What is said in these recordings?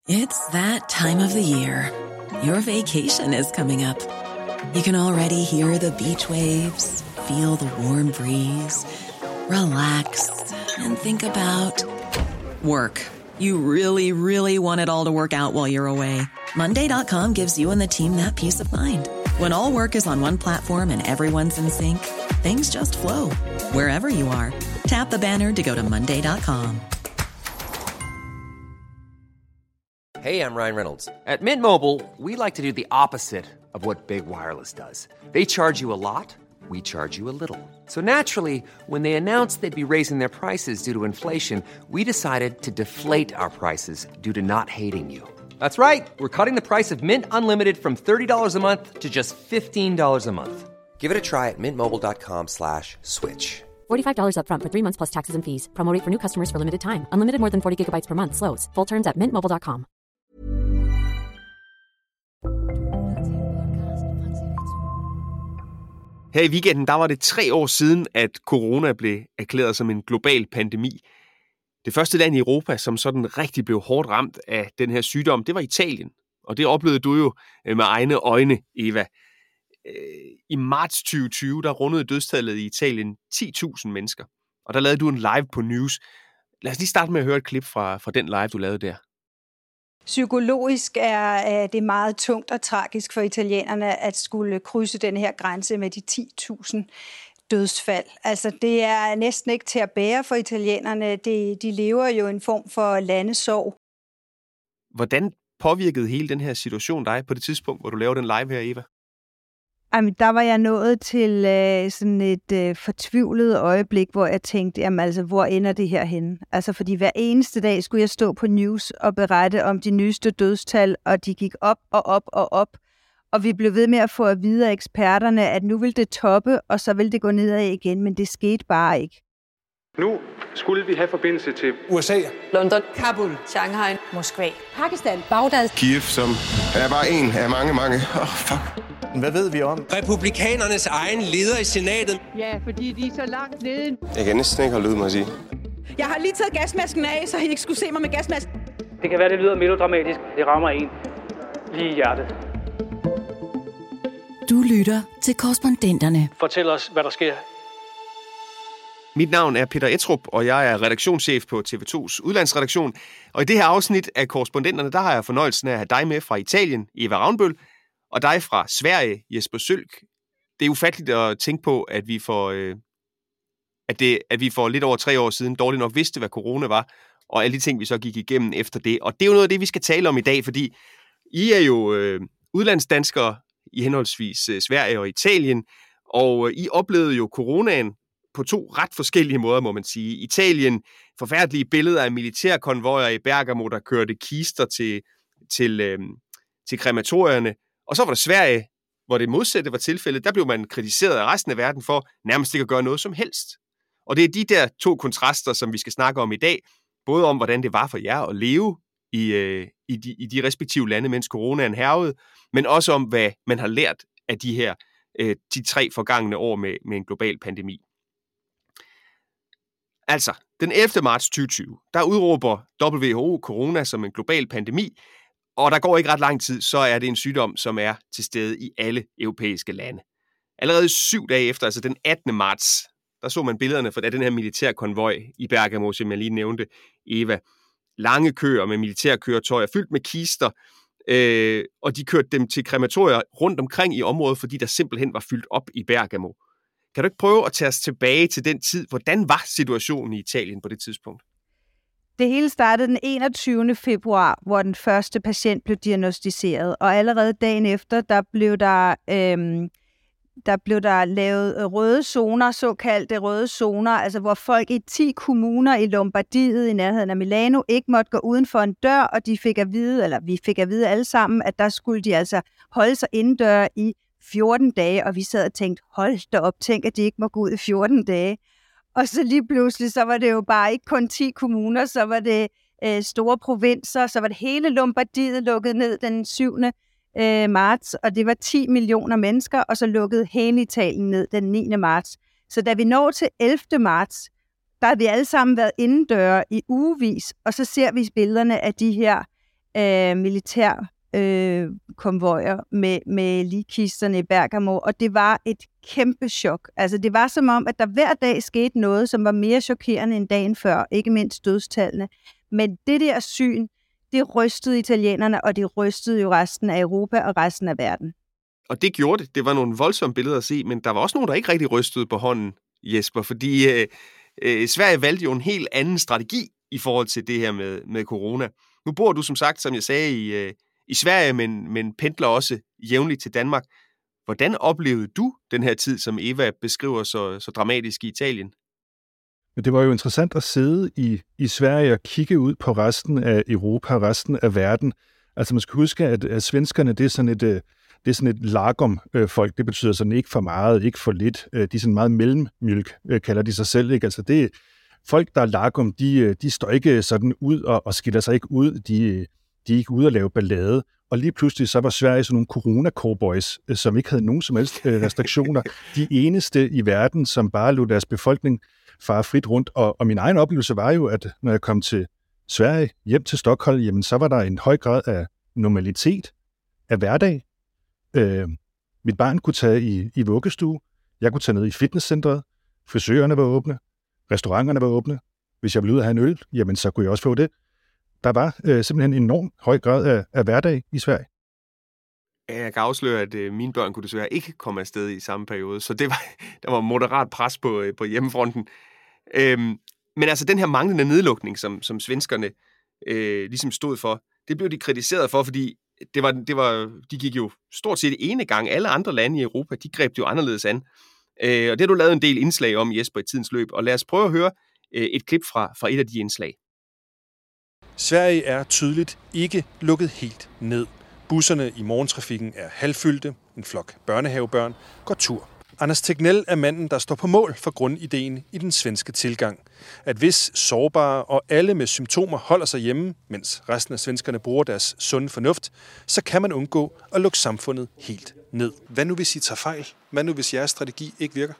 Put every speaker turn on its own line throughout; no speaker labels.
It's that time of the year. Your vacation is coming up. You can already hear the beach waves, feel the warm breeze, relax, and think about work. You really, really want it all to work out while you're away. Monday.com gives you and the team that peace of mind. When all work is on one platform and everyone's in sync, things just flow. Wherever you are, tap the banner to go to Monday.com.
Hey, I'm Ryan Reynolds. At Mint Mobile, we like to do the opposite of what Big Wireless does. They charge you a lot, we charge you a little. So naturally, when they announced they'd be raising their prices due to inflation, we decided to deflate our prices due to not hating you. That's right. We're cutting the price of Mint Unlimited from $30 a month to just $15 a month. Give it a try at mintmobile.com/switch.
$45 up front for 3 months plus taxes and fees. Promo rate for new customers for limited time. Unlimited more than 40 gigabytes per month. Slows full terms at mintmobile.com.
Her i weekenden, der var det 3 år siden, at corona blev erklæret som en global pandemi. Det første land i Europa, som sådan rigtig blev hårdt ramt af den her sygdom, det var Italien. Og det oplevede du jo med egne øjne, Eva. I marts 2020, der rundede dødstallet i Italien 10.000 mennesker. Og der lavede du en live på News. Lad os lige starte med at høre et klip fra den live, du lavede der.
Psykologisk er det meget tungt og tragisk for italienerne at skulle krydse den her grænse med de 10.000 dødsfald. Altså det er næsten ikke til at bære for italienerne. De lever jo en form for landesorg.
Hvordan påvirkede hele den her situation dig på det tidspunkt, hvor du lavede den live her, Eva?
Jamen, der var jeg nået til sådan et fortvivlet øjeblik, hvor jeg tænkte, jamen altså, hvor ender det her henne? Altså, fordi hver eneste dag skulle jeg stå på News og berette om de nyeste dødstal, og de gik op og op og op. Og vi blev ved med at få at vide af eksperterne, at nu ville det toppe, og så ville det gå nedad igen, men det skete bare ikke.
Nu skulle vi have forbindelse til USA,
London, Kabul, Shanghai, Moskva,
Pakistan, Bagdad,
Kiev, som er bare en af mange. Fuck.
Hvad ved vi om
republikanernes egen leder i senatet?
Ja, fordi de er så langt nede.
Jeg kan næsten ikke holde ud, må jeg sige.
Jeg har lige taget gasmasken af, så I ikke skulle se mig med gasmasken.
Det kan være, det lyder melodramatisk. Det rammer en lige i hjertet.
Du lytter til Korrespondenterne.
Fortæl os, hvad der sker.
Mit navn er Peter Ettrup, og jeg er redaktionschef på TV2's udlandsredaktion. Og i det her afsnit af Korrespondenterne, der har jeg fornøjelsen af at have dig med fra Italien, Eva Ravnbøl, og dig fra Sverige, Jesper Sølk. Det er ufatteligt at tænke på, at vi for lidt over 3 år siden dårligt nok vidste, hvad corona var, og alle de ting, vi så gik igennem efter det. Og det er jo noget af det, vi skal tale om i dag, fordi I er jo udlandsdanskere i henholdsvis Sverige og Italien, og I oplevede jo coronaen på 2 ret forskellige måder, må man sige. Italien, forfærdelige billeder af militærkonvojer i Bergamo, der kørte kister til krematorierne. Og så var der Sverige, hvor det modsatte var tilfældet. Der blev man kritiseret af resten af verden for nærmest ikke at gøre noget som helst. Og det er de der 2 kontraster, som vi skal snakke om i dag. Både om, hvordan det var for jer at leve i de respektive lande, mens coronaen hærgede, men også om, hvad man har lært af de 3 forgangne år med en global pandemi. Altså, den 11. marts 2020, der udråber WHO corona som en global pandemi, og der går ikke ret lang tid, så er det en sygdom, som er til stede i alle europæiske lande. Allerede 7 dage efter, altså den 18. marts, der så man billederne fra den her militærkonvoj i Bergamo, som jeg lige nævnte, Eva. Lange køer med militærkøretøjer fyldt med kister, og de kørte dem til krematorier rundt omkring i området, fordi der simpelthen var fyldt op i Bergamo. Kan du ikke prøve at tage os tilbage til den tid? Hvordan var situationen i Italien på det tidspunkt?
Det hele startede den 21. februar, hvor den første patient blev diagnosticeret, og allerede dagen efter, der blev der lavet røde zoner, såkaldte røde zoner, altså hvor folk i 10 kommuner i Lombardiet i nærheden af Milano ikke måtte gå uden for en dør, og vi fik at vide alle sammen, at der skulle de altså holde sig indendør i 14 dage, og vi sad og tænkte, hold da op, tænk, at de ikke må gå ud i 14 dage. Og så lige pludselig, så var det jo bare ikke kun 10 kommuner, så var det store provinser, så var det hele Lombardiet lukket ned den 7. marts, og det var 10 millioner mennesker, og så lukkede hele Italien ned den 9. marts. Så da vi når til 11. marts, der har vi alle sammen været indendøre i ugevis, og så ser vi billederne af de her militær konvojer med ligkisterne i Bergamo, og det var et kæmpe chok. Altså det var som om, at der hver dag skete noget, som var mere chokerende end dagen før, ikke mindst dødstallene. Men det der syn, det rystede italienerne, og det rystede jo resten af Europa og resten af verden.
Og det gjorde det. Det var nogle voldsomme billeder at se, men der var også nogen, der ikke rigtig rystede på hånden, Jesper, fordi Sverige valgte jo en helt anden strategi i forhold til det her med corona. Nu bor du, som sagt, som jeg sagde, i Sverige, men pendler også jævnligt til Danmark. Hvordan oplevede du den her tid, som Eva beskriver så dramatisk i Italien?
Det var jo interessant at sidde i Sverige og kigge ud på resten af Europa og resten af verden. Altså man skal huske, at svenskerne, det er sådan et lagom-folk. Det betyder sådan ikke for meget, ikke for lidt. De er sådan meget mellemmjølk, kalder de sig selv. Ikke? Altså det er folk, der er lagom, de står ikke sådan ud og skiller sig ikke ud. De er ikke ude at lave ballade. Og lige pludselig så var Sverige sådan nogle corona-cowboys, som ikke havde nogen som helst restriktioner. De eneste i verden, som bare lod deres befolkning fare frit rundt. Og min egen oplevelse var jo, at når jeg kom til Sverige, hjem til Stockholm, jamen så var der en høj grad af normalitet, af hverdag. Mit barn kunne tage i vuggestue, jeg kunne tage ned i fitnesscentret, frisørerne var åbne, restauranterne var åbne. Hvis jeg ville ud og have en øl, jamen så kunne jeg også få det. Der var simpelthen en enorm høj grad af hverdag i Sverige.
Jeg kan afsløre, at mine børn kunne desværre ikke komme afsted i samme periode, så der var moderat pres på hjemmefronten. Men altså den her manglende nedlukning, som svenskerne ligesom stod for, det blev de kritiseret for, fordi de gik jo stort set ene gang. Alle andre lande i Europa, de greb det jo anderledes an. Og det har du lavet en del indslag om, Jesper, i tidens løb. Og lad os prøve at høre et klip fra et af de indslag.
Sverige er tydeligt ikke lukket helt ned. Busserne i morgentrafikken er halvfyldte. En flok børnehavebørn går tur. Anders Tegnell er manden, der står på mål for grundideen i den svenske tilgang. At hvis sårbare og alle med symptomer holder sig hjemme, mens resten af svenskerne bruger deres sunde fornuft, så kan man undgå at lukke samfundet helt ned. Hvad nu hvis I tager fejl? Hvad nu hvis jeres strategi ikke virker?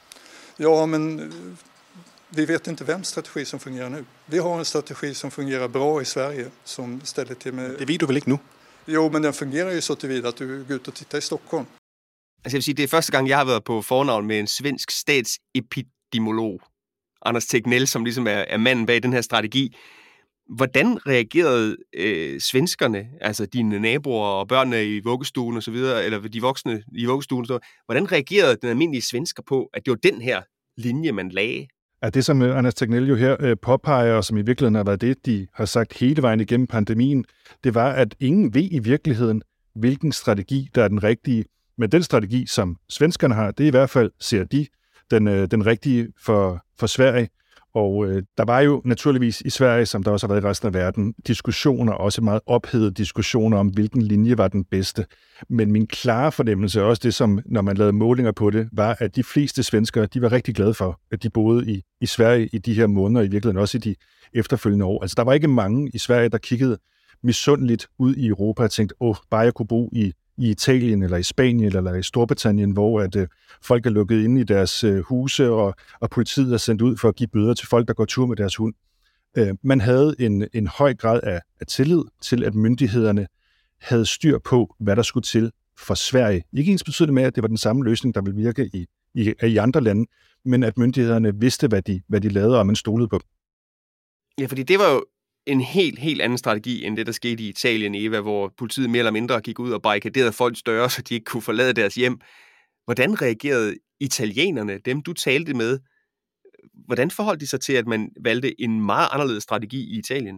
Ja, men vi vet inte vems strategi som fungerer nu. Vi har en strategi som fungerer bra i Sverige, som ställer till med...
Det ved du vel ikke nu?
Jo, men den fungerer jo så tillvida at du går ut og tittar i Stockholm.
Altså jeg vil sige, det er første gang, jeg har været på fornavn med en svensk statsepidemiolog, Anders Tegnell, som ligesom er manden bag den her strategi. Hvordan reagerede svenskerne, altså dine naboer og børnene i vuggestuen og så videre, eller de voksne i vuggestuen, så hvordan reagerede den almindelige svensker på, at det var den her linje, man lagde?
Ja, det som Anders Tegnell jo her påpeger, og som i virkeligheden har været det, de har sagt hele vejen igennem pandemien, det var, at ingen ved i virkeligheden, hvilken strategi, der er den rigtige. Men den strategi, som svenskerne har, det er i hvert fald, ser de, den rigtige for Sverige. Og der var jo naturligvis i Sverige, som der også har været i resten af verden, diskussioner, også meget ophedede diskussioner om, hvilken linje var den bedste. Men min klare fornemmelse, også det som, når man lavede målinger på det, var, at de fleste svenskere, de var rigtig glade for, at de boede i Sverige i de her måneder, i virkeligheden også i de efterfølgende år. Altså der var ikke mange i Sverige, der kiggede misundeligt ud i Europa og tænkte, bare jeg kunne bo i Italien eller i Spanien eller i Storbritannien, hvor at folk er lukket inde i deres huse, og politiet er sendt ud for at give bøder til folk, der går tur med deres hund. Man havde en høj grad af tillid til, at myndighederne havde styr på, hvad der skulle til for Sverige. Ikke ensbetydende med, at det var den samme løsning, der ville virke i andre lande, men at myndighederne vidste, hvad de lavede, og man stolede på.
Ja, fordi det var jo en helt anden strategi, end det, der skete i Italien, Eva, hvor politiet mere eller mindre gik ud og barrikaderede folks døre, så de ikke kunne forlade deres hjem. Hvordan reagerede italienerne, dem du talte med? Hvordan forholdt de sig til, at man valgte en meget anderledes strategi i Italien?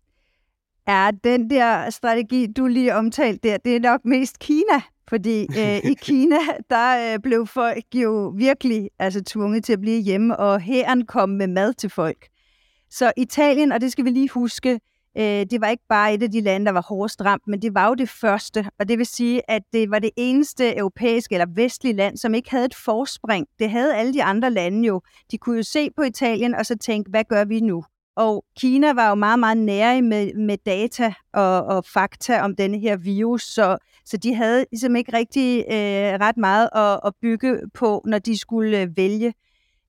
Ja, den der strategi, du lige omtalte der, det er nok mest Kina. Fordi i Kina, der blev folk jo virkelig tvunget til at blive hjemme, og hæren kom med mad til folk. Så Italien, og det skal vi lige huske, det var ikke bare et af de lande, der var hårdest ramt, men det var jo det første. Og det vil sige, at det var det eneste europæiske eller vestlige land, som ikke havde et forspring. Det havde alle de andre lande jo. De kunne jo se på Italien og så tænke, hvad gør vi nu? Og Kina var jo meget, meget nære med data og fakta om denne her virus, så de havde ligesom ikke rigtig ret meget at bygge på, når de skulle vælge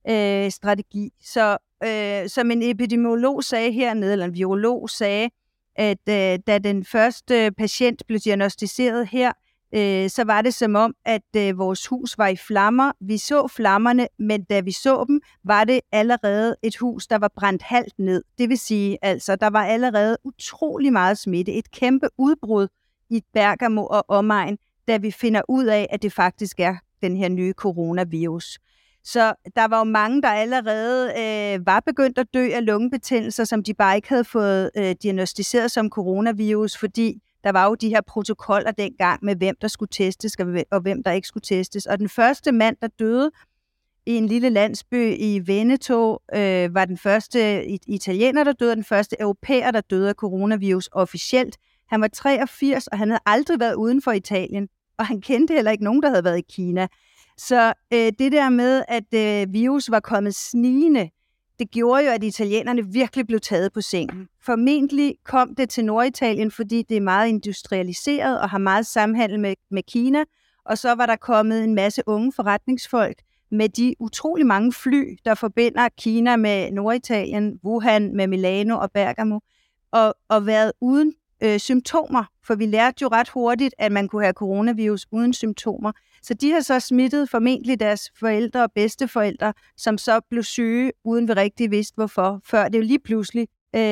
strategi. Så som en epidemiolog sagde hernede, eller en virolog sagde, at da den første patient blev diagnosticeret her, så var det som om, at vores hus var i flammer. Vi så flammerne, men da vi så dem, var det allerede et hus, der var brændt halvt ned. Det vil sige, altså, der var allerede utrolig meget smitte. Et kæmpe udbrud i Bergamo og omegn, da vi finder ud af, at det faktisk er den her nye coronavirus. Så der var jo mange, der allerede var begyndt at dø af lungebetændelser, som de bare ikke havde fået diagnosticeret som coronavirus, fordi der var jo de her protokoller dengang med, hvem der skulle testes og hvem der ikke skulle testes. Og den første mand, der døde i en lille landsby i Veneto, var den første italiener, der døde, og den første europæer, der døde af coronavirus officielt. Han var 83, og han havde aldrig været uden for Italien, og han kendte heller ikke nogen, der havde været i Kina. Så det der med, at virus var kommet snigende, det gjorde jo, at italienerne virkelig blev taget på sengen. Formentlig kom det til Norditalien, fordi det er meget industrialiseret og har meget samhandel med Kina. Og så var der kommet en masse unge forretningsfolk med de utrolig mange fly, der forbinder Kina med Norditalien, Wuhan med Milano og Bergamo, og været uden symptomer. For vi lærte jo ret hurtigt, at man kunne have coronavirus uden symptomer. Så de har så smittet formentlig deres forældre og bedsteforældre, som så blev syge, uden vi rigtig vidste hvorfor, før det jo lige pludselig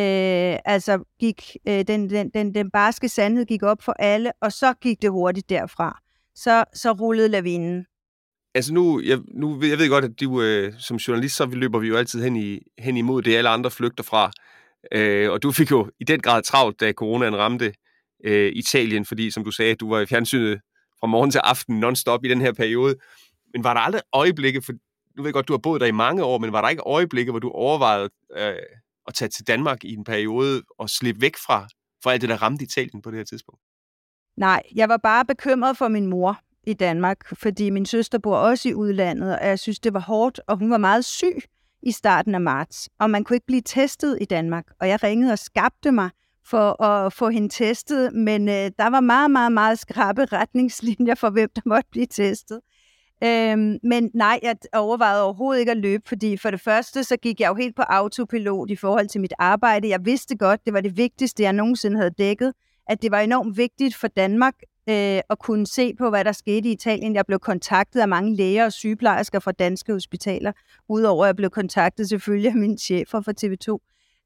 gik den barske sandhed gik op for alle, og så gik det hurtigt derfra. Så rullede lavinen.
Altså jeg ved godt, at du som journalist, så løber vi jo altid hen imod det, alle andre flygter fra. Og du fik jo i den grad travlt, da coronaen ramte Italien, fordi som du sagde, du var i fjernsynet fra morgen til aften non-stop i den her periode. Men var der aldrig øjeblikke, for nu ved jeg godt, du har boet der i mange år, men var der ikke øjeblikke, hvor du overvejede at tage til Danmark i en periode og slippe væk fra alt det, der ramte Italien på det her tidspunkt?
Nej, jeg var bare bekymret for min mor i Danmark, fordi min søster bor også i udlandet, og jeg synes, det var hårdt, og hun var meget syg i starten af marts, og man kunne ikke blive testet i Danmark. Og jeg ringede og skabte mig for at få hende testet, men der var meget, meget, meget skrappe retningslinjer for, hvem der måtte blive testet. Men nej, jeg overvejede overhovedet ikke at løbe, fordi for det første, så gik jeg jo helt på autopilot i forhold til mit arbejde. Jeg vidste godt, det var det vigtigste, jeg nogensinde havde dækket, at det var enormt vigtigt for Danmark at kunne se på, hvad der skete i Italien. Jeg blev kontaktet af mange læger og sygeplejersker fra danske hospitaler, udover at jeg blev kontaktet selvfølgelig af mine chefer fra TV2.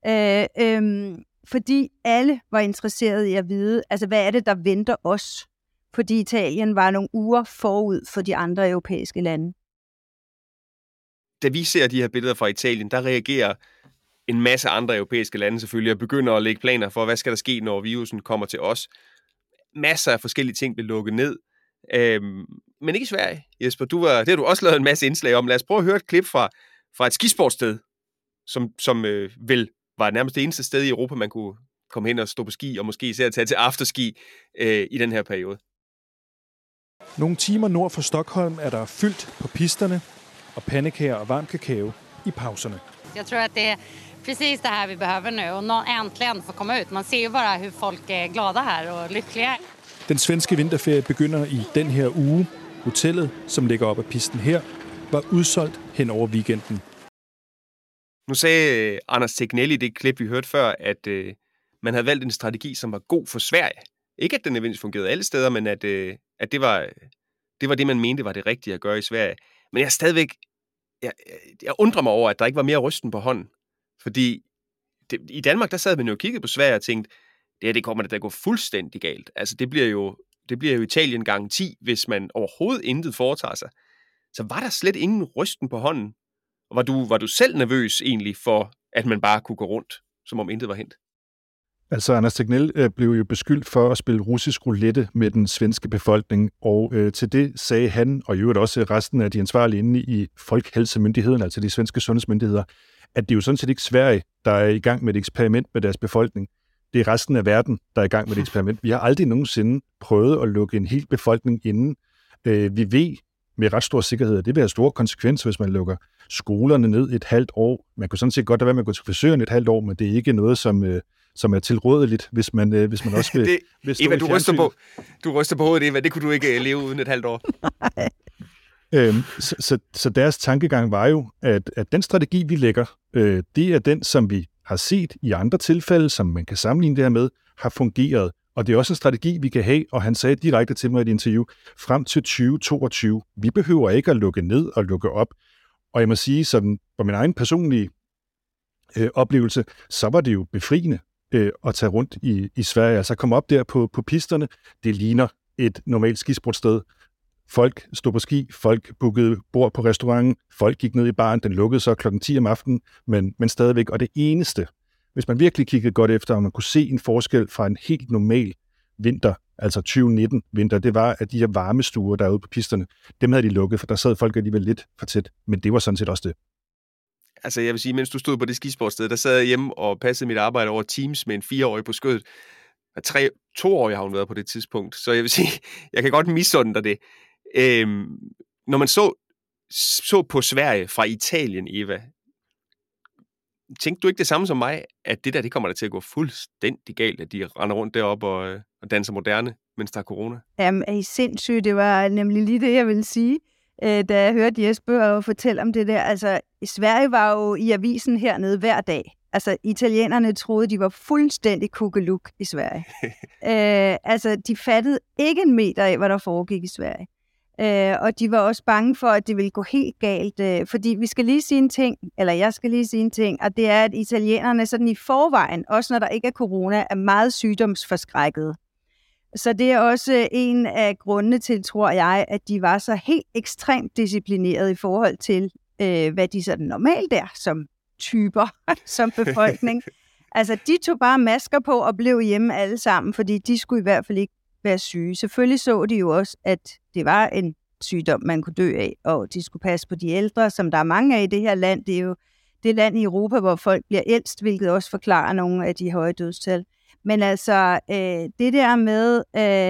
Fordi alle var interesserede i at vide, altså hvad er det, der venter os? Fordi Italien var nogle uger forud for de andre europæiske lande.
Da vi ser de her billeder fra Italien, der reagerer en masse andre europæiske lande selvfølgelig og begynder at lægge planer for, hvad skal der ske, når virusen kommer til os. Masser af forskellige ting blev lukket ned. Men ikke i Sverige, Jesper. Det har du også lavet en masse indslag om. Lad os prøve at høre et klip fra et skisportssted, som vel var nærmest det eneste sted i Europa, man kunne komme hen og stå på ski, og måske især tage til afterski i den her periode.
Nogle timer nord for Stockholm er der fyldt på pisterne, og pandekager og varm kakao i pauserne.
Jeg tror, at det er precis det her, vi behøver nu, og når äntligen får komme ud. Man ser jo bare, hur folk er glade her og lykkelige.
Den svenske vinterferie begynder i den her uge. Hotellet, som ligger op ad pisten her, var udsolgt hen over weekenden.
Nu sagde Anders Tegnelli i det klip, vi hørte før, at man havde valgt en strategi, som var god for Sverige. Ikke at den nødvendigvis fungerede alle steder, men at det var det, man mente var det rigtige at gøre i Sverige. Men jeg undrer mig over, at der ikke var mere rysten på hånden. Fordi i Danmark, der sad man jo og kiggede på Sverige og tænkte, det kommer da gå fuldstændig galt. Altså det bliver jo Italien gange 10, hvis man overhovedet intet foretager sig. Så var der slet ingen rysten på hånden? Og var du selv nervøs egentlig for, at man bare kunne gå rundt, som om intet var hent?
Altså, Anders Tegnell blev jo beskyldt for at spille russisk roulette med den svenske befolkning, og til det sagde han, og i øvrigt også resten af de ansvarlige inde i Folkhelsemyndigheden, altså de svenske sundhedsmyndigheder, at det er jo sådan set ikke Sverige, der er i gang med et eksperiment med deres befolkning. Det er resten af verden, der er i gang med et eksperiment. Vi har aldrig nogensinde prøvet at lukke en hel befolkning inde. Vi ved med ret stor sikkerhed, at det vil have store konsekvenser, hvis man lukker skolerne ned et halvt år. Man kunne sådan set godt lade være med at gå til frisøren et halvt år, men det er ikke noget, som er tilrådeligt, hvis man også vil...
Eva, du ryster på hovedet, Eva. Det kunne du ikke leve uden et halvt år.
Så deres tankegang var jo, at den strategi, vi lægger, det er den, som vi har set i andre tilfælde, som man kan sammenligne det her med, har fungeret. Og det er også en strategi, vi kan have, og han sagde direkte til mig i et interview, frem til 2022. Vi behøver ikke at lukke ned og lukke op. Og jeg må sige, sådan på min egen personlige oplevelse, så var det jo befriende at tage rundt i Sverige. Altså komme op der på pisterne, det ligner et normalt skisportsted. Folk stod på ski, folk bookede bord på restauranten, folk gik ned i baren, den lukkede så klokken 10 om aftenen, men stadigvæk. Og det eneste, hvis man virkelig kiggede godt efter, og man kunne se en forskel fra en helt normal vinter, altså 2019 vinter, det var, at de her varmestuer derude på pisterne, dem havde de lukket, for der sad folk alligevel lidt for tæt, men det var sådan set også det.
Altså jeg vil sige, mens du stod på det skisportsted, der sad jeg hjemme og passede mit arbejde over Teams med en 4-årig på skødet. 2-årig har hun været på det tidspunkt, så jeg vil sige, jeg kan godt misunde dig det. Når man så på Sverige fra Italien, Eva, tænkte du ikke det samme som mig, at det der, det kommer der til at gå fuldstændig galt, at de render rundt deroppe og danser moderne, mens der er corona?
Jamen, er I sindssygt? Det var nemlig lige det, jeg ville sige, da jeg hørte Jesper fortælle om det der. Altså, Sverige var jo i avisen hernede hver dag. Altså, italienerne troede, de var fuldstændig kukkeluk i Sverige. Altså, de fattede ikke en meter af, hvad der foregik i Sverige. Og de var også bange for, at det ville gå helt galt, fordi vi skal lige sige en ting, eller jeg skal lige sige en ting, og det er, at italienerne sådan i forvejen, også når der ikke er corona, er meget sygdomsforskrækkede. Så det er også en af grundene til, tror jeg, at de var så helt ekstremt disciplinerede i forhold til, hvad de sådan normalt er som typer, som befolkning. Altså, de tog bare masker på og blev hjemme alle sammen, fordi de skulle i hvert fald ikke være syge. Selvfølgelig så de jo også, at det var en sygdom, man kunne dø af, og de skulle passe på de ældre, som der er mange af i det her land. Det er jo det land i Europa, hvor folk bliver ældst, hvilket også forklarer nogle af de høje dødstal. Men altså, det der med,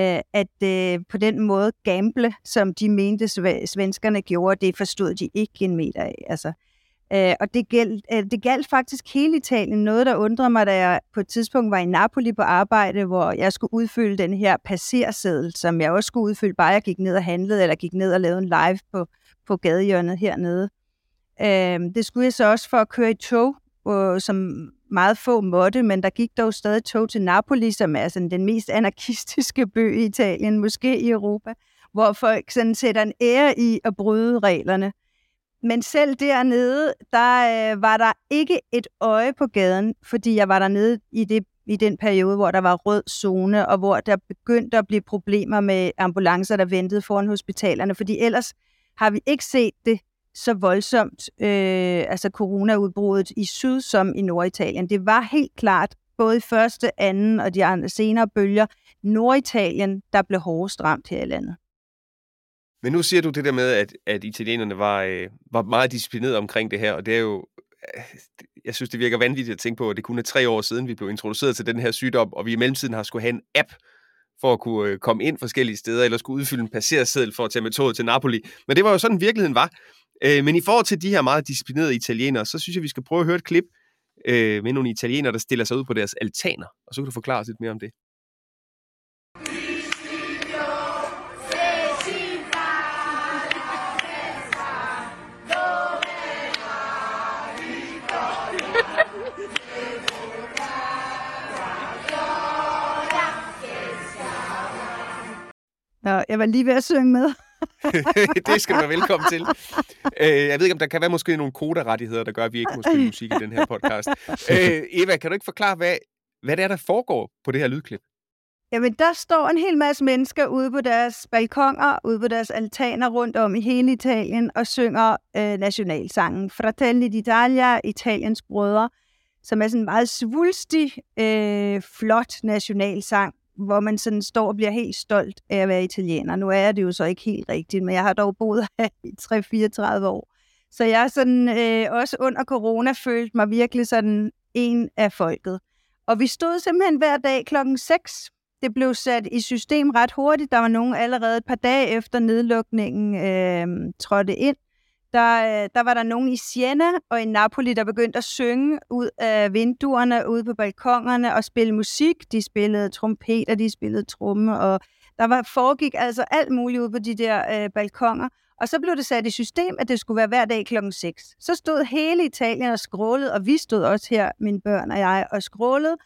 at på den måde gamble, som de mente svenskerne gjorde, det forstod de ikke en meter af. Altså, og det galt faktisk hele Italien. Noget, der undrede mig, da jeg på et tidspunkt var i Napoli på arbejde, hvor jeg skulle udfylde den her passerseddel, som jeg også skulle udfylde, bare jeg gik ned og handlede, eller gik ned og lavede en live på gadehjørnet hernede. Det skulle jeg så også for at køre i tog, som meget få måtte, men der gik dog stadig tog til Napoli, som er sådan den mest anarkistiske by i Italien, måske i Europa, hvor folk sådan sætter en ære i at bryde reglerne. Men selv dernede, der var der ikke et øje på gaden, fordi jeg var dernede i den periode, hvor der var rød zone, og hvor der begyndte at blive problemer med ambulancer, der ventede foran hospitalerne, fordi ellers har vi ikke set det så voldsomt, altså coronaudbruddet i syd som i Norditalien. Det var helt klart, både i første, anden og de andre senere bølger, Norditalien, der blev hårdest ramt her i landet.
Men nu siger du det der med, at italienerne var meget disciplineret omkring det her, og det er jo, jeg synes, det virker vanvittigt at tænke på, at det kun er 3 år siden, vi blev introduceret til den her sygdom, og vi i mellemtiden har skulle have en app for at kunne komme ind forskellige steder, eller skulle udfylde en passerseddel for at tage med toget til Napoli. Men det var jo sådan, virkeligheden var. Men i forhold til de her meget disciplinerede italienere, så synes jeg, vi skal prøve at høre et klip med nogle italienere, der stiller sig ud på deres altaner, og så kan du forklare os lidt mere om det.
Nå, jeg var lige ved at synge med.
Det skal du være velkommen til. Jeg ved ikke, om der kan være måske nogle koderettigheder, der gør, at vi ikke må spille musik i den her podcast. Eva, kan du ikke forklare, hvad det er, der foregår på det her lydklip?
Jamen, der står en hel masse mennesker ude på deres balkoner, ude på deres altaner rundt om i hele Italien og synger nationalsangen Fratelli d'Italia, Italiens brødre, som er sådan en meget svulstig, flot nationalsang, hvor man sådan står og bliver helt stolt af at være italiener. Nu er det jo så ikke helt rigtigt, men jeg har dog boet her i 3-34 år. Så jeg er sådan, også under corona følte mig virkelig sådan en af folket. Og vi stod simpelthen hver dag 6:00. Det blev sat i system ret hurtigt. Der var nogen allerede et par dage efter nedlukningen trådte ind. Der var der nogen i Siena og i Napoli, der begyndte at synge ud af vinduerne, ude på balkonerne og spille musik. De spillede trompeter, de spillede tromme, og der foregik altså alt muligt ude på de der balkoner. Og så blev det sat i system, at det skulle være hver dag 6:00. Så stod hele Italien og skrålede, og vi stod også her, mine børn og jeg, og skrålede.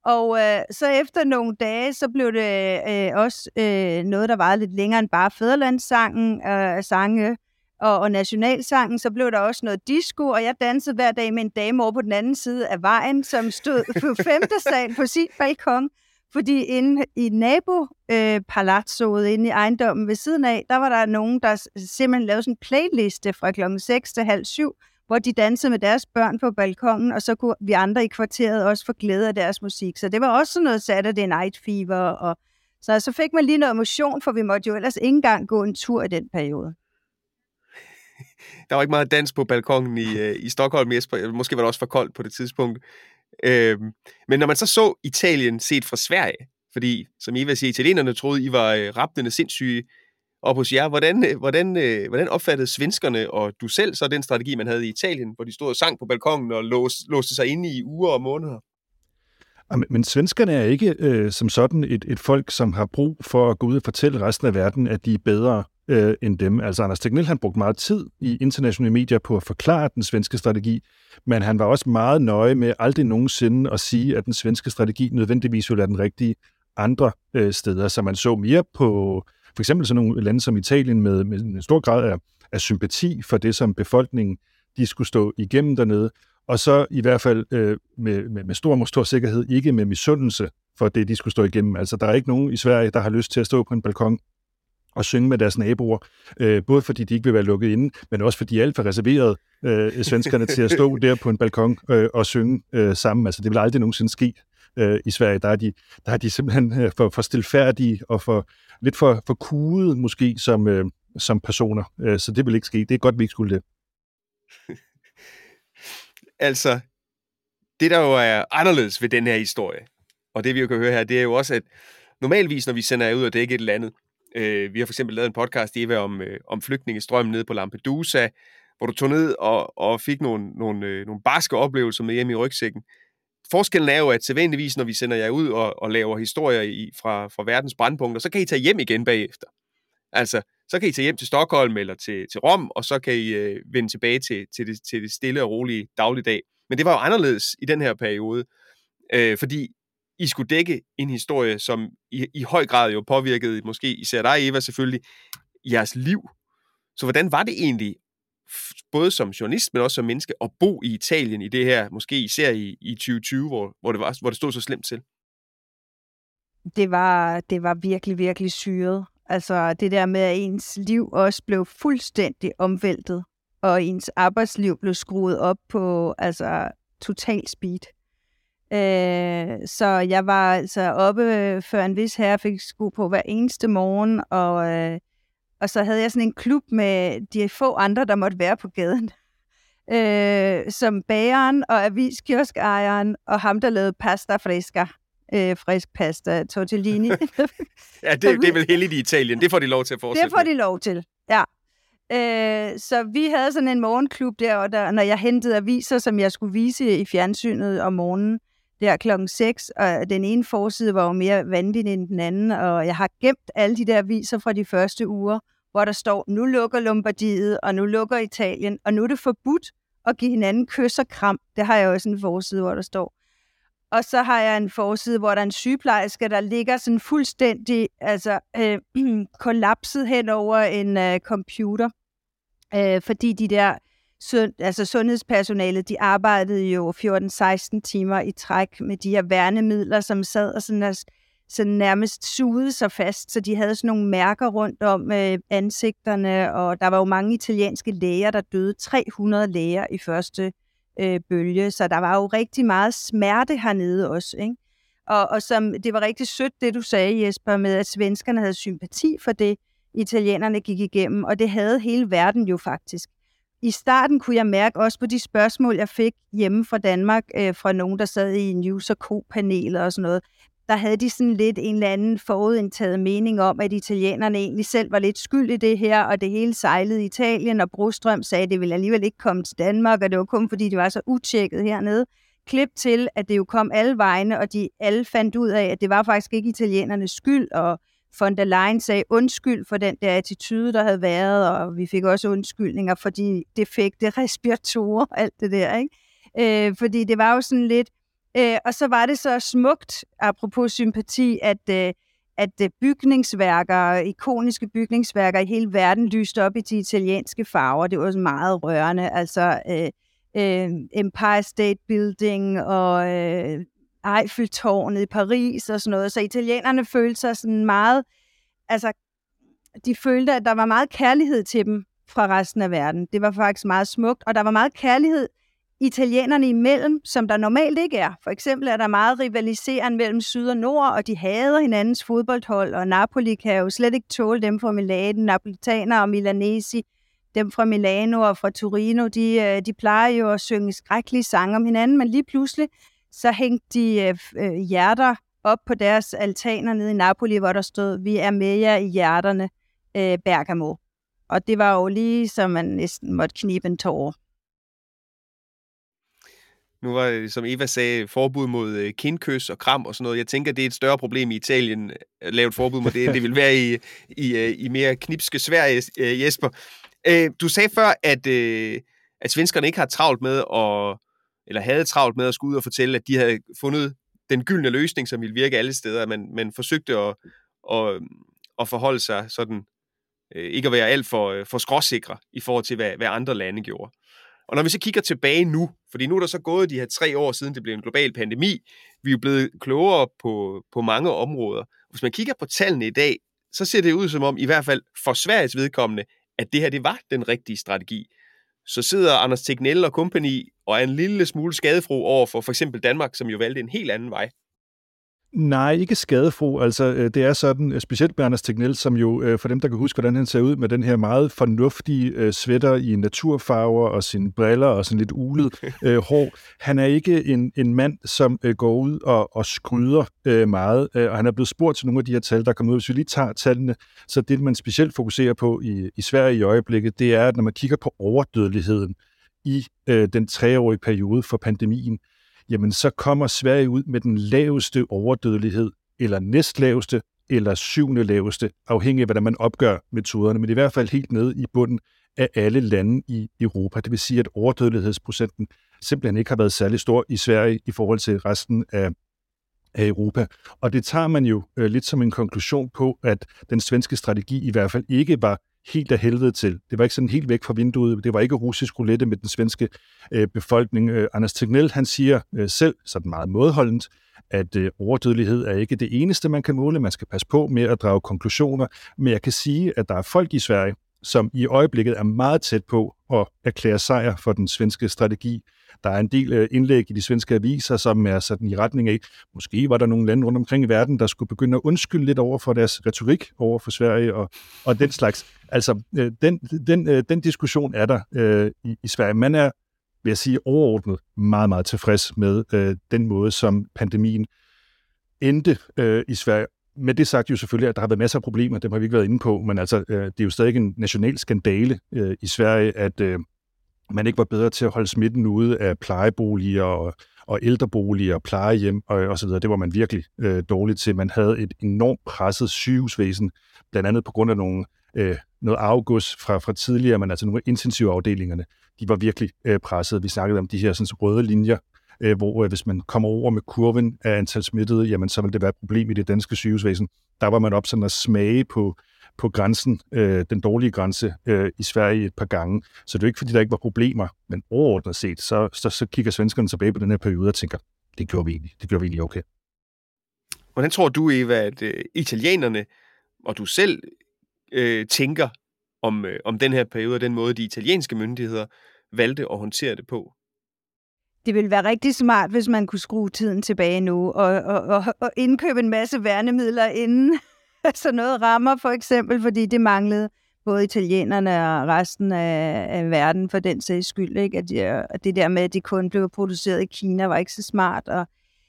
Og så efter nogle dage, så blev det også noget, der varede lidt længere end bare fædrelandssangen, sange og nationalsangen. Så blev der også noget disco, og jeg dansede hver dag med en dame over på den anden side af vejen, som stod på 5. sal på sin balkon. Fordi inde i nabo-paladsoet, inde i ejendommen ved siden af, der var der nogen, der simpelthen lavede sådan en playliste fra klokken 6 til halv 7, hvor de dansede med deres børn på balkongen, og så kunne vi andre i kvarteret også få glæde af deres musik. Så det var også sådan noget Saturday Night Fever. Og så fik man lige noget motion, for vi måtte jo ellers ikke engang gå en tur i den periode.
Der var ikke meget dans på balkongen i Stockholm, Jesper. Måske var det også for koldt på det tidspunkt. Men når man så Italien set fra Sverige, fordi, som Eva siger, italienerne troede, I var rappende sindssyge op hos jer. Hvordan opfattede svenskerne og du selv så den strategi, man havde i Italien, hvor de stod og sang på balkongen og låste sig inde i uger og måneder?
Men svenskerne er ikke som sådan et folk, som har brug for at gå ud og fortælle resten af verden, at de er bedre end dem. Altså Anders Tegnell, han brugte meget tid i internationale medier på at forklare den svenske strategi, men han var også meget nøje med aldrig nogensinde at sige, at den svenske strategi nødvendigvis ville være den rigtige andre steder. Så man så mere på for eksempel sådan nogle lande som Italien med en stor grad af sympati for det, som befolkningen de skulle stå igennem dernede, og så i hvert fald med stor sikkerhed ikke med misundelse for det, de skulle stå igennem. Altså der er ikke nogen i Sverige, der har lyst til at stå på en balkon og synge med deres naboer, både fordi de ikke vil være lukket inde, men også fordi de er alt for reserveret svenskerne til at stå der på en balkon og synge sammen. Altså det vil aldrig nogensinde ske i Sverige. Der er de simpelthen for stilfærdige og lidt for kuget måske som personer. Så det vil ikke ske. Det er godt, vi ikke skulle det.
Altså, det der jo er anderledes ved den her historie, og det vi jo kan høre her, det er jo også, at normalvis, når vi sender jer ud og dække et eller andet, vi har for eksempel lavet en podcast, Eva, om flygtningestrømmen nede på Lampedusa, hvor du tog ned og fik nogle barske oplevelser med hjemme i rygsækken. Forskellen er jo, at sædvanligvis, når vi sender jer ud og laver historier fra verdens brandpunkter, så kan I tage hjem igen bagefter. Altså, så kan I tage hjem til Stockholm eller til Rom, og så kan I vende tilbage til det stille og rolige dagligdag. Men det var jo anderledes i den her periode, fordi I skulle dække en historie, som i høj grad jo påvirkede, måske især dig, Eva, selvfølgelig, jeres liv. Så hvordan var det egentlig, både som journalist, men også som menneske, at bo i Italien i det her, måske især i 2020, hvor det stod så slemt til?
Det var virkelig, virkelig syret. Altså det der med, at ens liv også blev fuldstændig omvæltet, og ens arbejdsliv blev skruet op på total speed. Så jeg var altså oppe før en vis herre fik sko på hver eneste morgen, og så havde jeg sådan en klub med de få andre, der måtte være på gaden. Som bageren og aviskioskejeren og ham, der lavede pasta fresca. Frisk pasta, tortellini.
Ja, det er vel heldigt i Italien. Det får de lov til at fortsætte.
Det får de lov til, ja. Så vi havde sådan en morgenklub der, når jeg hentede aviser, som jeg skulle vise i fjernsynet om morgenen, der klokken 6, og den ene forside var jo mere vanvittig end den anden, og jeg har gemt alle de der aviser fra de første uger, hvor der står, nu lukker Lombardiet, og nu lukker Italien, og nu er det forbudt at give hinanden kys og kram. Det har jeg også en forside, hvor der står. Og så har jeg en forside, hvor der er en sygeplejerske, der ligger sådan fuldstændig kollapset hen over en computer. Fordi de der sundhedspersonalet, de arbejdede jo 14-16 timer i træk med de her værnemidler, som sad og sådan nærmest sugede sig fast. Så de havde sådan nogle mærker rundt om ansigterne, og der var jo mange italienske læger, der døde. 300 læger i første bølge, så der var jo rigtig meget smerte hernede også, ikke? Og som, det var rigtig sødt, det du sagde, Jesper, med at svenskerne havde sympati for det, italienerne gik igennem, og det havde hele verden jo faktisk. I starten kunne jeg mærke også på de spørgsmål, jeg fik hjemme fra Danmark, fra nogen, der sad i News & Co-paneler og sådan noget, der havde de sådan lidt en eller anden forudindtaget mening om, at italienerne egentlig selv var lidt skyld i det her, og det hele sejlede i Italien, og Brostrøm sagde, at det ville alligevel ikke komme til Danmark, og det var kun fordi, det var så utjekket hernede. Klip til, at det jo kom alle vegne, og de alle fandt ud af, at det var faktisk ikke italienernes skyld, og von der Leyen sagde undskyld for den der attitude, der havde været, og vi fik også undskyldninger for de defekte respiratorer og alt det der, ikke? Fordi det var jo sådan lidt, Og så var det så smukt, apropos sympati, at bygningsværker, ikoniske bygningsværker i hele verden lyste op i de italienske farver. Det var meget rørende. Altså Empire State Building og Eiffeltårnet i Paris og sådan noget. Så italienerne følte sig sådan meget... Altså, de følte, at der var meget kærlighed til dem fra resten af verden. Det var faktisk meget smukt, og der var meget kærlighed italienerne imellem, som der normalt ikke er. For eksempel er der meget rivalisering mellem syd og nord, og de hader hinandens fodboldhold, og Napoli kan jo slet ikke tåle dem fra Milano, napolitaner og milanesi, dem fra Milano og fra Torino, de plejer jo at synge skrækkelige sange om hinanden, men lige pludselig så hængte de hjerter op på deres altaner nede i Napoli, hvor der stod, vi er med jer i hjerterne, Bergamo. Og det var jo lige, som man næsten måtte knibe en tåre.
Nu var det, som Eva sagde, forbud mod kindkys og kram og sådan noget. Jeg tænker, det er et større problem i Italien at lave et forbud mod det, end det vil være i mere knipske Sverige, Jesper. Du sagde før, at svenskerne ikke har travlt med eller havde travlt med at skulle ud og fortælle, at de havde fundet den gyldne løsning, som ville virke alle steder. Man forsøgte at forholde sig sådan, ikke at være alt for skråsikre i forhold til, hvad andre lande gjorde. Og når vi så kigger tilbage nu, fordi nu er der så gået de her 3 år siden, det blev en global pandemi, vi er jo blevet klogere på mange områder. Hvis man kigger på tallene i dag, så ser det ud som om, i hvert fald for Sveriges vedkommende, at det her, det var den rigtige strategi. Så sidder Anders Tegnell og company og er en lille smule skadefro over for eksempel Danmark, som jo valgte en helt anden vej.
Nej, ikke skadefro. Altså, det er sådan, specielt med Anders Tegnell, som jo, for dem, der kan huske, hvordan han ser ud med den her meget fornuftige sweater i naturfarver og sine briller og sådan lidt ulet hår. Han er ikke en mand, som går ud og skryder meget, og han er blevet spurgt til nogle af de her tal, der kommer ud. Hvis vi lige tager tallene, så det, man specielt fokuserer på i Sverige i øjeblikket, det er, at når man kigger på overdødeligheden i den 3-årige periode for pandemien, jamen så kommer Sverige ud med den laveste overdødelighed, eller næstlaveste, eller 7. laveste, afhængig af, hvordan man opgør metoderne, men i hvert fald helt nede i bunden af alle lande i Europa. Det vil sige, at overdødelighedsprocenten simpelthen ikke har været særlig stor i Sverige i forhold til resten af Europa. Og det tager man jo lidt som en konklusion på, at den svenske strategi i hvert fald ikke var helt af helvede til. Det var ikke sådan helt væk fra vinduet. Det var ikke russisk roulette med den svenske befolkning. Anders Tegnell, han siger selv, sådan meget mådeholdent, at overdødelighed er ikke det eneste, man kan måle. Man skal passe på med at drage konklusioner. Men jeg kan sige, at der er folk i Sverige, som i øjeblikket er meget tæt på at erklære sejr for den svenske strategi. Der er en del indlæg i de svenske aviser, som er sådan i retning af, måske var der nogle lande rundt omkring i verden, der skulle begynde at undskylde lidt over for deres retorik over for Sverige og den slags. Altså, den diskussion er der i Sverige. Man er, vil jeg sige, overordnet meget, meget tilfreds med den måde, som pandemien endte i Sverige. Med det sagt jo selvfølgelig, at der har været masser af problemer, dem har vi ikke været inde på, men altså, det er jo stadig en national skandale i Sverige, at man ikke var bedre til at holde smitten ude af plejeboliger og ældreboliger og plejehjem og så videre. Det var man virkelig dårligt til. Man havde et enormt presset sygehusvæsen, blandt andet på grund af noget afgods fra tidligere, men altså nogle af intensivafdelingerne, de var virkelig presset. Vi snakkede om de her sådan, røde linjer, hvor hvis man kommer over med kurven af antal smittede, jamen så vil det være et problem i det danske sygehusvæsen. Der var man op sådan at smage på grænsen, den dårlige grænse i Sverige et par gange. Så det er ikke, fordi der ikke var problemer, men overordnet set, så kigger svenskerne tilbage på den her periode og tænker, det gjorde vi egentlig okay.
Hvordan tror du, Eva, at italienerne og du selv tænker om den her periode og den måde, de italienske myndigheder valgte at håndtere det på?
Det ville være rigtig smart, hvis man kunne skrue tiden tilbage nu og indkøbe en masse værnemidler inden så noget rammer for eksempel, fordi det manglede både italienerne og resten af verden for den sags skyld. Ikke? At det der med, at de kun blev produceret i Kina, var ikke så smart. Og,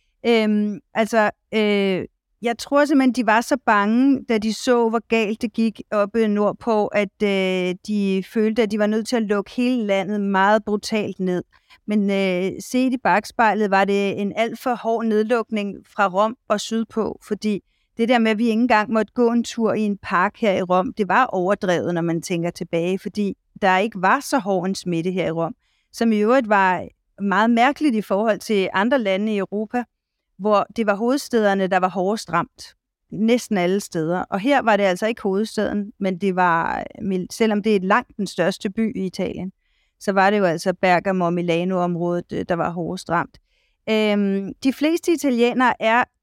jeg tror simpelthen, de var så bange, da de så, hvor galt det gik oppe nordpå, at de følte, at de var nødt til at lukke hele landet meget brutalt ned. Men set i bagspejlet var det en alt for hård nedlukning fra Rom og sydpå, fordi det der med, at vi ikke engang måtte gå en tur i en park her i Rom, det var overdrevet, når man tænker tilbage, fordi der ikke var så hård en smitte her i Rom, som i øvrigt var meget mærkeligt i forhold til andre lande i Europa, hvor det var hovedstæderne, der var hårdest ramt. Næsten alle steder. Og her var det altså ikke hovedstaden, men det var, selvom det er langt den største by i Italien, så var det jo altså Bergamo og Milano-området, der var hårdest ramt. De fleste italienere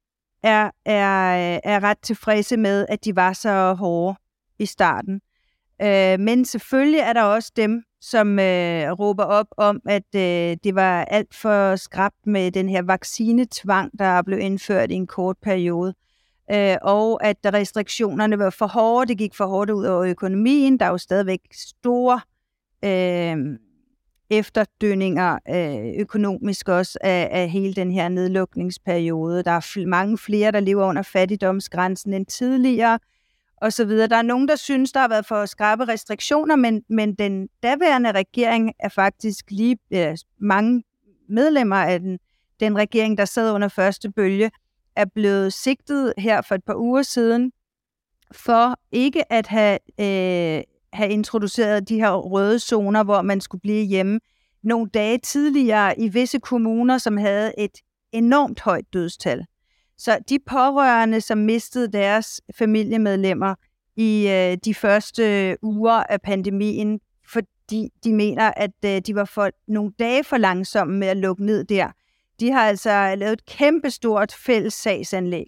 er ret tilfredse med, at de var så hårde i starten. Men selvfølgelig er der også dem, som råber op om, at det var alt for skrapt med den her vaccinetvang, der blev indført i en kort periode. Og at restriktionerne var for hårde, det gik for hårdt ud over økonomien. Der er jo stadigvæk store efterdønninger økonomisk også af hele den her nedlukningsperiode. Der er mange flere, der lever under fattigdomsgrænsen end tidligere, og så videre. Der er nogen, der synes, der har været for skrappe restriktioner, men den daværende regering er faktisk lige mange medlemmer af den regering, der sad under første bølge, er blevet sigtet her for et par uger siden for ikke at have introduceret de her røde zoner, hvor man skulle blive hjemme nogle dage tidligere i visse kommuner, som havde et enormt højt dødstal. Så de pårørende, som mistede deres familiemedlemmer i de første uger af pandemien, fordi de mener, at de var for nogle dage for langsomme med at lukke ned der, de har altså lavet et kæmpestort fælles sagsanlæg.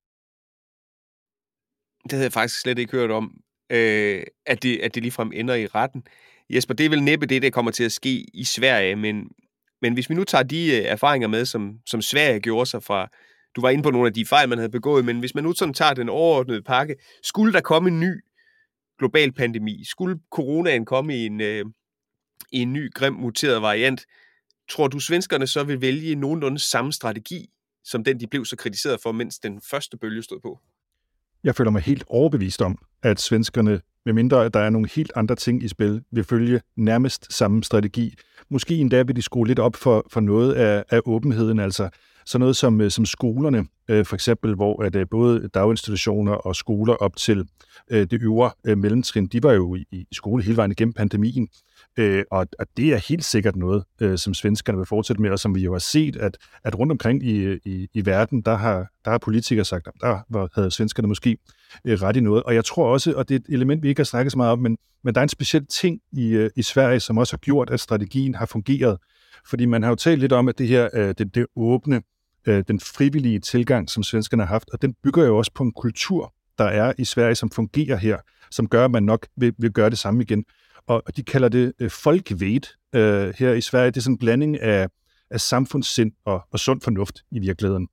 Det havde jeg faktisk slet ikke hørt om, at det ligefrem ender i retten. Jesper, det er vel næppe det, der kommer til at ske i Sverige, men hvis vi nu tager de erfaringer med, som Sverige gjorde sig fra, du var inde på nogle af de fejl, man havde begået, men hvis man nu sådan tager den overordnede pakke, skulle der komme en ny global pandemi, skulle coronaen komme i en ny, grim, muteret variant, tror du, svenskerne så vil vælge nogenlunde samme strategi, som den, de blev så kritiseret for, mens den første bølge stod på?
Jeg føler mig helt overbevist om, at svenskerne, medmindre at der er nogle helt andre ting i spil, vil følge nærmest samme strategi. Måske endda vil de skrue lidt op for noget af åbenheden, altså sådan noget som skolerne, for eksempel, hvor at både daginstitutioner og skoler op til det øvre mellemtrin, de var jo i skole hele vejen igennem pandemien, og det er helt sikkert noget, som svenskerne vil fortsætte med, og som vi jo har set, at rundt omkring i verden, der har politikere sagt, at der havde svenskerne måske ret i noget. Og jeg tror også, og det er et element, vi ikke har snakket så meget om, men der er en speciel ting i Sverige, som også har gjort, at strategien har fungeret. Fordi man har jo talt lidt om, at det her, det åbne, den frivillige tilgang, som svenskerne har haft, og den bygger jo også på en kultur, der er i Sverige, som fungerer her, som gør, at man nok vil gøre det samme igen. Og de kalder det folkevet her i Sverige. Det er sådan en blanding af samfundssind og sund fornuft i virkeligheden.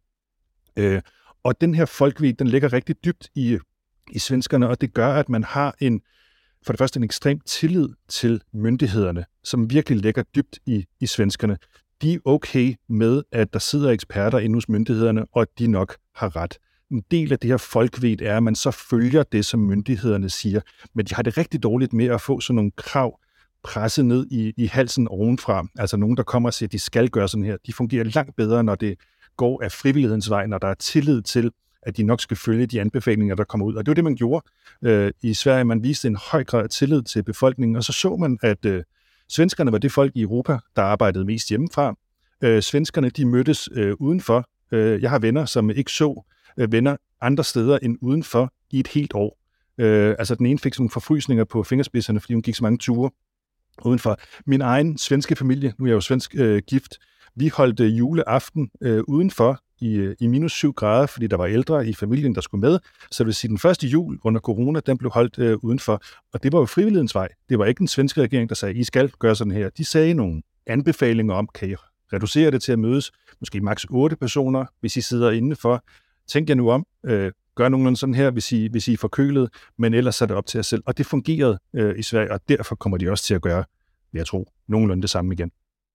Og den her folkevet, den ligger rigtig dybt i svenskerne, og det gør, at man har for det første en ekstrem tillid til myndighederne, som virkelig ligger dybt i svenskerne. De er okay med, at der sidder eksperter inde hos myndighederne, og de nok har ret. En del af det her folkevet er, at man så følger det, som myndighederne siger. Men de har det rigtig dårligt med at få sådan nogle krav presset ned i halsen ovenfra. Altså nogen, der kommer og siger, at de skal gøre sådan her. De fungerer langt bedre, når det går af frivillighedens vej, når der er tillid til, at de nok skal følge de anbefalinger, der kommer ud. Og det var det, man gjorde i Sverige. Man viste en høj grad af tillid til befolkningen, og så man, at svenskerne var det folk i Europa, der arbejdede mest hjemmefra. Svenskerne, de mødtes udenfor. Jeg har venner, som ikke så venner andre steder end udenfor i et helt år. Altså den ene fik sådan nogle forfrysninger på fingerspidserne, fordi hun gik så mange ture udenfor. Min egen svenske familie, nu er jeg jo svensk gift, vi holdt juleaften udenfor i minus 7 grader, fordi der var ældre i familien, der skulle med. Så det vil sige, den første jul under corona, den blev holdt udenfor. Og det var jo frivillighedens vej. Det var ikke den svenske regering, der sagde, I skal gøre sådan her. De sagde nogle anbefalinger om, kan I reducere det til at mødes måske maks 8 personer, hvis I sidder indenfor. Tænk jer nu om, gør nogenlunde sådan her, hvis I er forkølet, men ellers er det op til jer selv. Og det fungerede i Sverige, og derfor kommer de også til at gøre, vil jeg tro, nogenlunde det samme igen.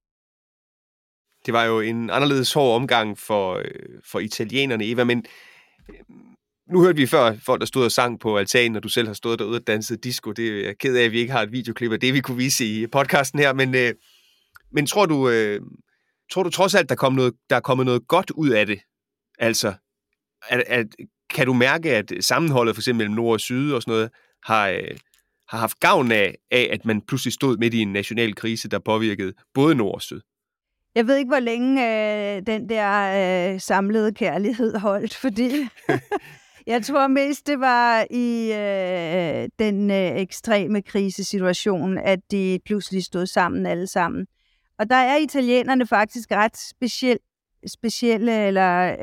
Det var jo en anderledes hård omgang for italienerne, Eva, men nu hørte vi før folk, der stod og sang på altanen, og du selv har stået derude og danset disco. Det er jeg ked af, at vi ikke har et videoklip af det, vi kunne vise i podcasten her, men tror du trods alt, der er kommet noget godt ud af det? Altså, kan du mærke, at sammenholdet for eksempel mellem nord og syd og sådan noget har haft gavn af, at man pludselig stod midt i en national krise, der påvirkede både nord og syd?
Jeg ved ikke, hvor længe den der samlede kærlighed holdt, fordi jeg tror mest, det var i den ekstreme krisesituation, at de pludselig stod sammen alle sammen. Og der er italienerne faktisk ret specielle, eller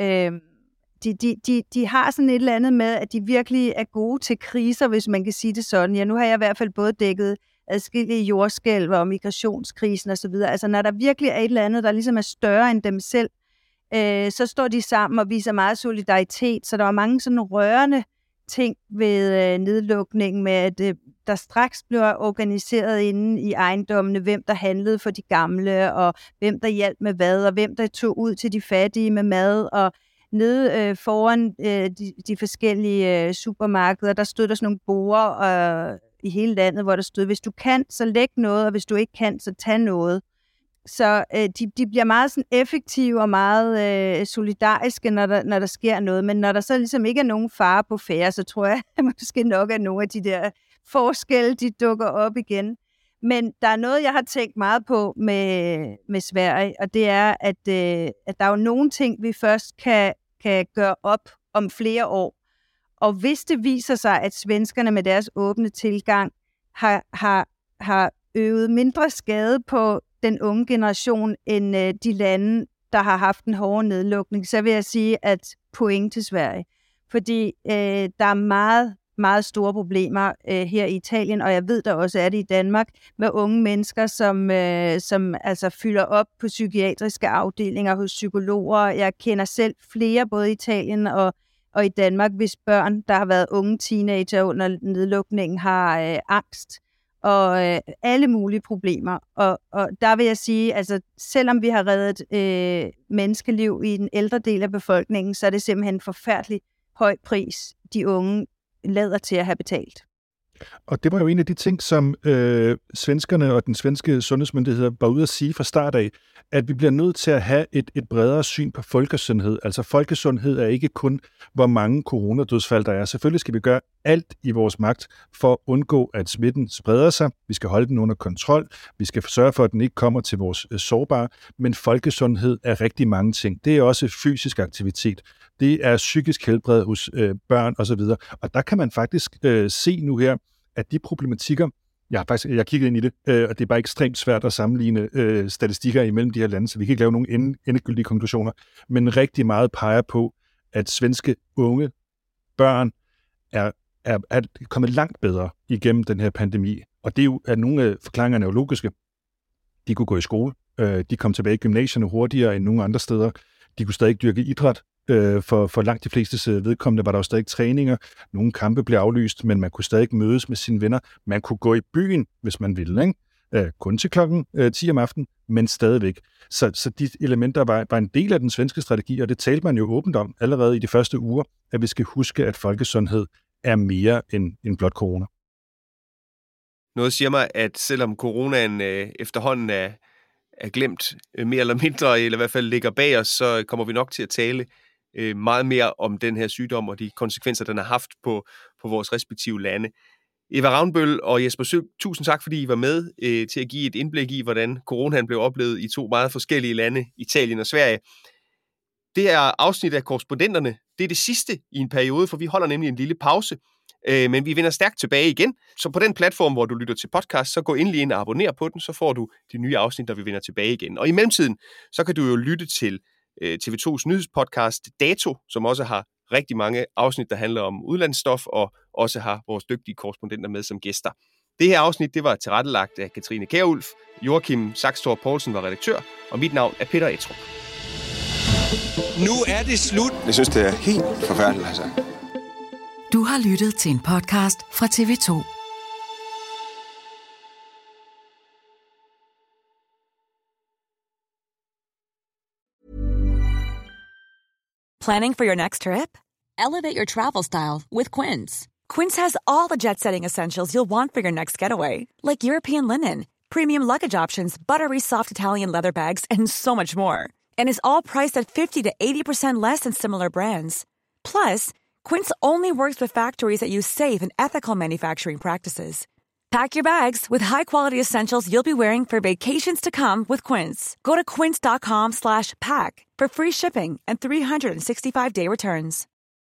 de har sådan et eller andet med, at de virkelig er gode til kriser, hvis man kan sige det sådan. Ja, nu har jeg i hvert fald både dækket adskillige jordskælv og migrationskrisen og så videre. Altså når der virkelig er et eller andet, der ligesom er større end dem selv, så står de sammen og viser meget solidaritet. Så der var mange sådan rørende ting ved nedlukningen med, at der straks blev organiseret inde i ejendommene, hvem der handlede for de gamle, og hvem der hjalp med hvad, og hvem der tog ud til de fattige med mad, og nede foran de forskellige supermarkeder, der stod der sådan nogle borde i hele landet, hvor der stod, hvis du kan, så læg noget, og hvis du ikke kan, så tag noget. Så de bliver meget sådan effektive og meget solidariske, når der sker noget. Men når der så ligesom ikke er nogen fare på færre, så tror jeg at måske nok, at nogle af de der forskelle, de dukker op igen. Men der er noget, jeg har tænkt meget på med Sverige, og det er, at der er jo nogle ting, vi først kan gøre op om flere år. Og hvis det viser sig, at svenskerne med deres åbne tilgang har øvet mindre skade på den unge generation end de lande, der har haft en hård nedlukning, så vil jeg sige, at point til Sverige. Fordi der er meget, meget store problemer her i Italien, og jeg ved, der også er det i Danmark, med unge mennesker, som altså fylder op på psykiatriske afdelinger hos psykologer. Jeg kender selv flere, både i Italien og i Danmark, hvis børn, der har været unge teenager under nedlukningen, har angst og alle mulige problemer. Og der vil jeg sige, altså selvom vi har reddet menneskeliv i den ældre del af befolkningen, så er det simpelthen en forfærdelig høj pris, de unge lader til at have betalt.
Og det var jo en af de ting, som svenskerne og den svenske sundhedsmyndighed var ude at sige fra start af, at vi bliver nødt til at have et bredere syn på folkesundhed. Altså folkesundhed er ikke kun, hvor mange coronadødsfald der er. Selvfølgelig skal vi gøre alt i vores magt for at undgå, at smitten spreder sig. Vi skal holde den under kontrol. Vi skal sørge for, at den ikke kommer til vores sårbare. Men folkesundhed er rigtig mange ting. Det er også fysisk aktivitet. Det er psykisk helbred hos børn osv. Og der kan man faktisk se nu her, at de problematikker, jeg har kigget ind i det, og det er bare ekstremt svært at sammenligne statistikker imellem de her lande, så vi kan ikke lave nogen endegyldige konklusioner, men rigtig meget peger på, at svenske unge børn er kommet langt bedre igennem den her pandemi. Og det er jo, at nogle af forklaringerne er jo logiske. De kunne gå i skole, de kom tilbage i gymnasierne hurtigere end nogle andre steder, de kunne stadig dyrke idræt. For langt de fleste vedkommende var der jo stadig træninger. Nogle kampe blev aflyst, men man kunne stadig mødes med sine venner. Man kunne gå i byen, hvis man ville, ikke? Kun til klokken 10 om aftenen, men stadigvæk. Så de elementer var en del af den svenske strategi, og det talte man jo åbent om allerede i de første uger, at vi skal huske, at folkesundhed er mere end blot corona.
Noget siger mig, at selvom coronaen efterhånden er glemt mere eller mindre, eller i hvert fald ligger bag os, så kommer vi nok til at tale meget mere om den her sygdom og de konsekvenser, den har haft på vores respektive lande. Eva Ravnbøl og Jesper Søg, tusind tak, fordi I var med til at give et indblik i, hvordan coronaen blev oplevet i 2 meget forskellige lande, Italien og Sverige. Det her afsnit af Korrespondenterne, det er det sidste i en periode, for vi holder nemlig en lille pause, men vi vender stærkt tilbage igen. Så på den platform, hvor du lytter til podcast, så gå endelig ind og abonner på den, så får du de nye afsnit, der vi vender tilbage igen. Og i mellemtiden, så kan du jo lytte til TV2's nyhedspodcast Dato, som også har rigtig mange afsnit, der handler om udlandsstof, og også har vores dygtige korrespondenter med som gæster. Det her afsnit, det var tilrettelagt af Katrine Kjærulf, Joachim Saxtorp Poulsen var redaktør, og mit navn er Peter Etrup.
Nu er det slut.
Jeg synes, det er helt forfærdeligt, altså.
Du har lyttet til en podcast fra TV2.
Planning for your next trip? Elevate your travel style with Quince. Quince has all the jet-setting essentials you'll want for your next getaway, like European linen, premium luggage options, buttery soft Italian leather bags, and so much more. And is all priced at 50 to 80% less than similar brands. Plus, Quince only works with factories that use safe and ethical manufacturing practices. Pack your bags with high-quality essentials you'll be wearing for vacations to come with Quince. Go to quince.com/pack for free shipping and 365-day returns.